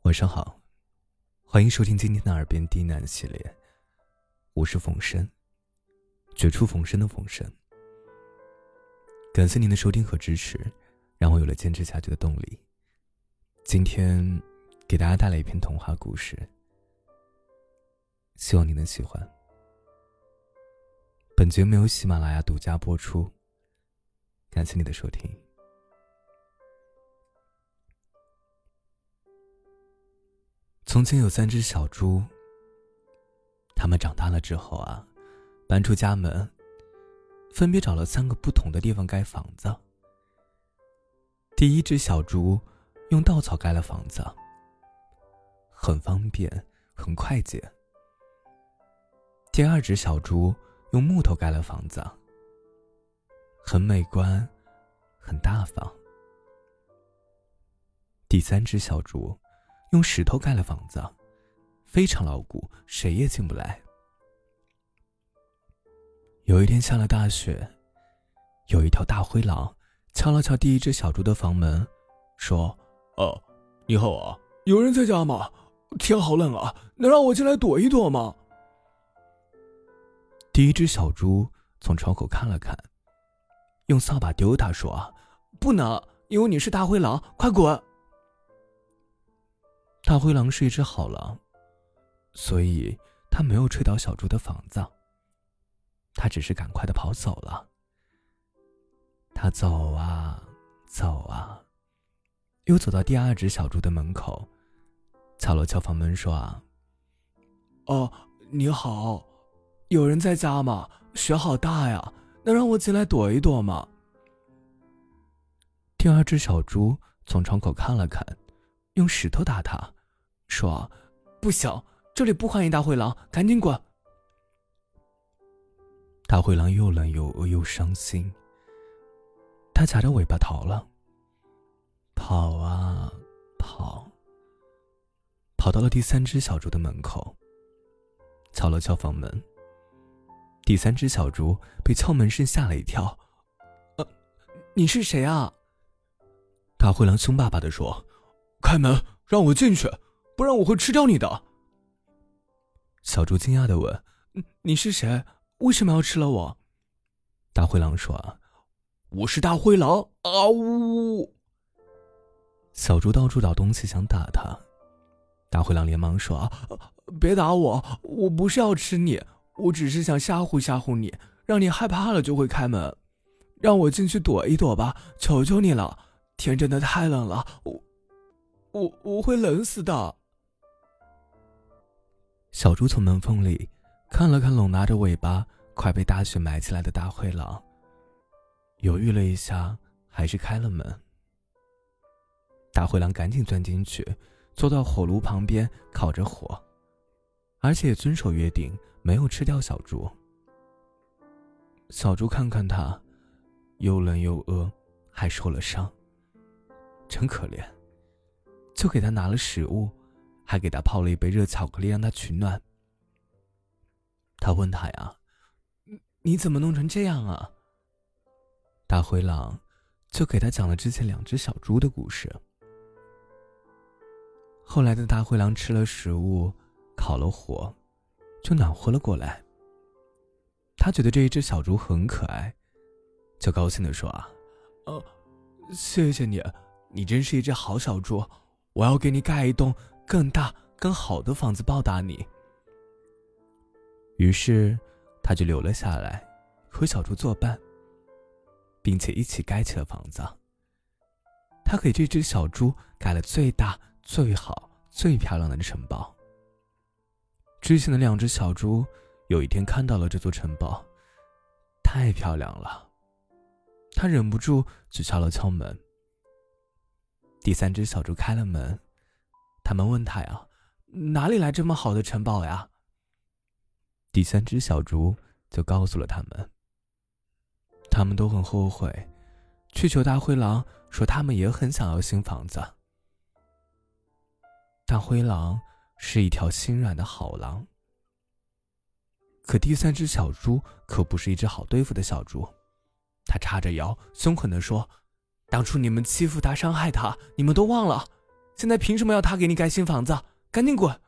晚上好，欢迎收听今天的耳边低喃系列，我是冯生，绝处逢生的冯生。感谢您的收听和支持，让我有了坚持下去的动力。今天给大家带来一篇童话故事，希望你能喜欢。本节目由喜马拉雅独家播出，感谢你的收听。从前有3只小猪，它们长大了之后搬出家门，分别找了3个不同的地方盖房子。第一只小猪用稻草盖了房子，很方便，很快捷。第二只小猪用木头盖了房子，很美观，很大方。第3只小猪用石头盖了房子，非常牢固，谁也进不来。有一天下了大雪，有一条大灰狼敲了敲第一只小猪的房门，说： 你好啊，有人在家吗？天好冷啊，能让我进来躲一躲吗？ 第一只小猪从窗口看了看，用扫把丢他，说： 不能，因为你是大灰狼，快滚！ 大灰狼是一只好狼，所以他没有吹倒小猪的房子，他只是赶快地跑走了。他走啊走啊，又走到第二只小猪的门口，敲了敲房门，说： 你好，有人在家吗？雪好大呀，能让我进来躲一躲吗？ 第二只小猪从窗口看了看，用石头打他，说： 不行，这里不欢迎大灰狼，赶紧滚！ 大灰狼又冷又饿又伤心，他夹着尾巴逃了，跑啊跑，跑到了第3只小猪的门口，敲了敲房门。第3只小猪被敲门声吓了一跳。 你是谁啊？ 大灰狼凶巴巴地说： 开门，让我进去，不然我会吃掉你的。 小猪惊讶地问： 你是谁？为什么要吃了我？ 大灰狼说： 我是大灰狼啊呜！ 小猪到处找东西想打他，大灰狼连忙说： 别打我，我不是要吃你，我只是想吓唬吓唬你，让你害怕了就会开门，让我进去躲一躲吧，求求你了，天真的太冷了，我会冷死的。 小猪从门缝里看了看拢拿着尾巴快被大雪埋起来的大灰狼，犹豫了一下，还是开了门。大灰狼赶紧钻进去，坐到火炉旁边烤着火，而且也遵守约定，没有吃掉小猪。小猪看看他，又冷又饿，还受了伤，真可怜，就给他拿了食物，还给他泡了一杯热巧克力让他取暖。他问他你怎么弄成这样啊？大灰狼就给他讲了之前2只小猪的故事。后来的大灰狼吃了食物，烤了火，就暖和了过来。他觉得这一只小猪很可爱，就高兴地说： 谢谢你，你真是一只好小猪，我要给你盖一栋更大更好的房子报答你。 于是他就留了下来，和小猪作伴，并且一起盖起了房子。他给这只小猪盖了最大最好最漂亮的城堡。之前的2只小猪有一天看到了这座城堡，太漂亮了，他忍不住去敲了敲门。第3只小猪开了门，他们问他哪里来这么好的城堡呀？第3只小猪就告诉了他们。他们都很后悔，去求大灰狼，说他们也很想要新房子。大灰狼是一条心软的好狼，可第3只小猪可不是一只好对付的小猪。他叉着腰凶狠地说：当初你们欺负他伤害他，你们都忘了， 现在凭什么要他给你盖新房子？赶紧滚！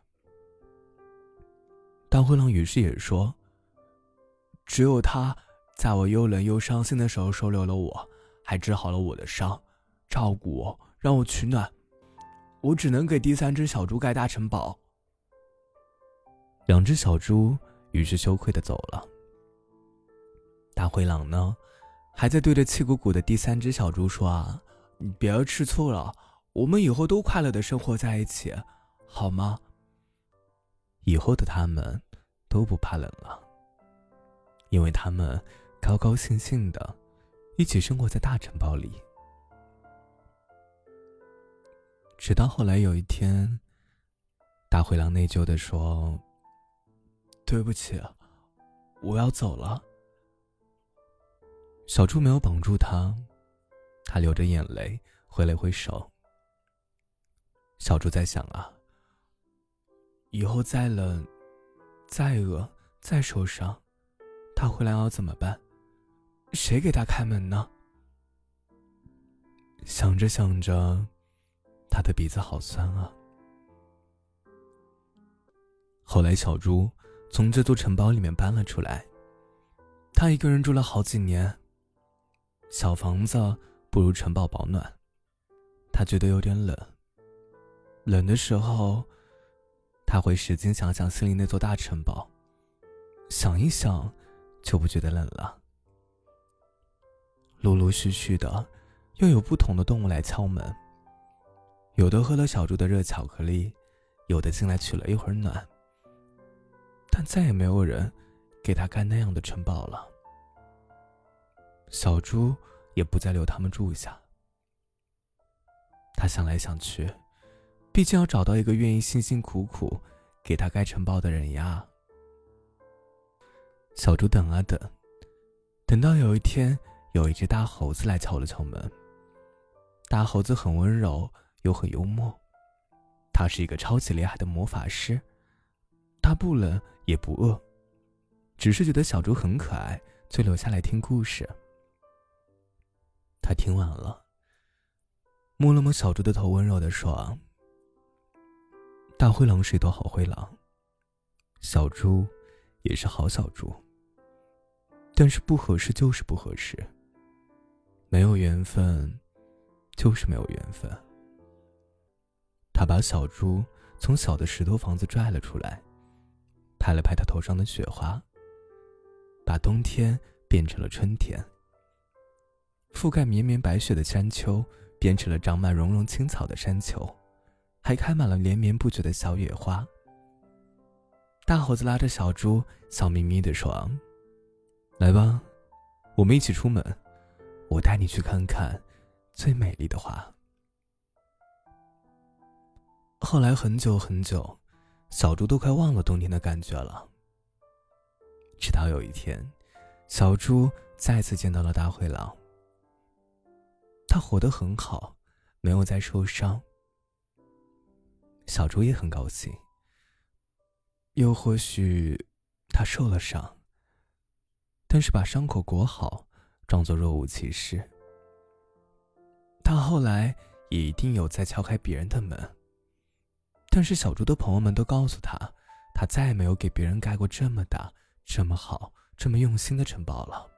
大灰狼于是也说， 只有他在我又冷又伤心的时候收留了我，还治好了我的伤，照顾我，让我取暖。我只能给第3只小猪盖大城堡。 2只小猪于是羞愧地走了。大灰狼呢，还在对着气鼓鼓的第3只小猪说啊， 你别要吃醋了，我们以后都快乐地生活在一起，好吗？ 以后的他们都不怕冷了，因为他们高高兴兴的一起生活在大城堡里。直到后来有一天，大灰狼内疚地说， 对不起，我要走了。 小猪没有绑住他，他流着眼泪挥了挥手。小猪在想啊， 以后再冷、再饿、再受伤，他回来要怎么办？谁给他开门呢？ 想着想着，他的鼻子好酸啊。后来小猪从这座城堡里面搬了出来，他一个人住了好几年。小房子不如城堡保暖，他觉得有点冷。冷的时候，他会使劲想想心里那座大城堡，想一想就不觉得冷了。陆陆续续的又有不同的动物来敲门，有的喝了小猪的热巧克力，有的进来取了一会儿暖，但再也没有人给他盖那样的城堡了。小猪也不再留他们住下。他想来想去，毕竟要找到一个愿意辛辛苦苦给他盖城堡的人呀。小猪等啊等，等到有一天，有一只大猴子来敲了敲门。大猴子很温柔又很幽默，他是一个超级厉害的魔法师。他不冷也不饿，只是觉得小猪很可爱，就留下来听故事。他听完了，摸了摸小猪的头，温柔地说，大灰狼是一头好灰狼，小猪也是好小猪，但是不合适就是不合适，没有缘分就是没有缘分。他把小猪从小的石头房子拽了出来，拍了拍他头上的雪花，把冬天变成了春天，覆盖绵绵白雪的山丘变成了长满绒绒青草的山丘，还开满了连绵不绝的小野花。大猴子拉着小猪笑眯眯地说，来吧，我们一起出门，我带你去看看最美丽的花。后来很久很久，小猪都快忘了冬天的感觉了。直到有一天，小猪再次见到了大灰狼。他活得很好，没有再受伤。小猪也很高兴，又或许他受了伤，但是把伤口裹好，装作若无其事。他后来也一定有再敲开别人的门，但是小猪的朋友们都告诉他，他再也没有给别人盖过这么大、这么好、这么用心的城堡了。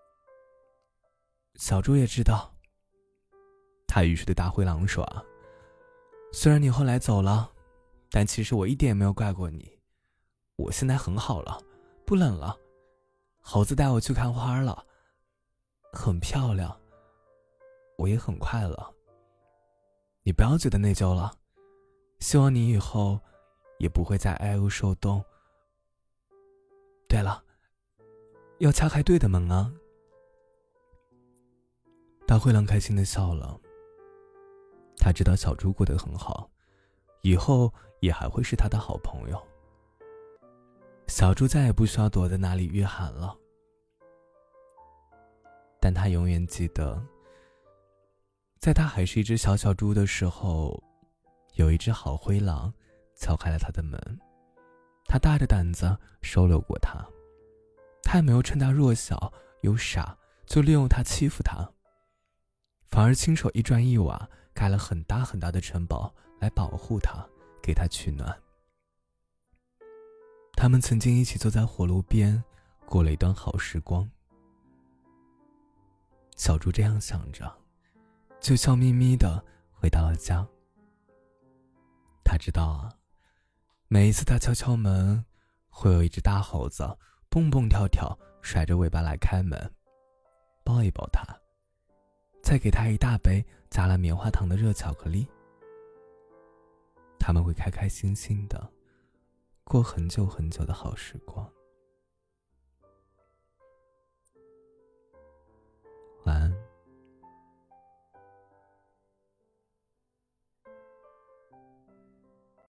小猪也知道，他于是对大灰狼说，虽然你后来走了，但其实我一点也没有怪过你，我现在很好了，不冷了，猴子带我去看花了，很漂亮，我也很快乐。你不要觉得内疚了，希望你以后也不会再挨饿受冻。对了，要敲开对的门啊。大灰狼开心地笑了，他知道小猪过得很好，以后也还会是他的好朋友。小猪再也不需要躲在哪里御寒了，但他永远记得，在他还是一只小小猪的时候，有一只好灰狼敲开了他的门，他大着胆子收留过他，他也没有趁他弱小又傻就利用他欺负他，反而亲手一砖一瓦盖了很大很大的城堡来保护他，给他取暖。他们曾经一起坐在火炉边，过了一段好时光。小猪这样想着，就笑眯眯地回到了家。他知道啊，每一次他敲敲门，会有一只大猴子蹦蹦跳跳，甩着尾巴来开门，抱一抱他，再给他一大杯加了棉花糖的热巧克力。他们会开开心心的过很久很久的好时光。晚安。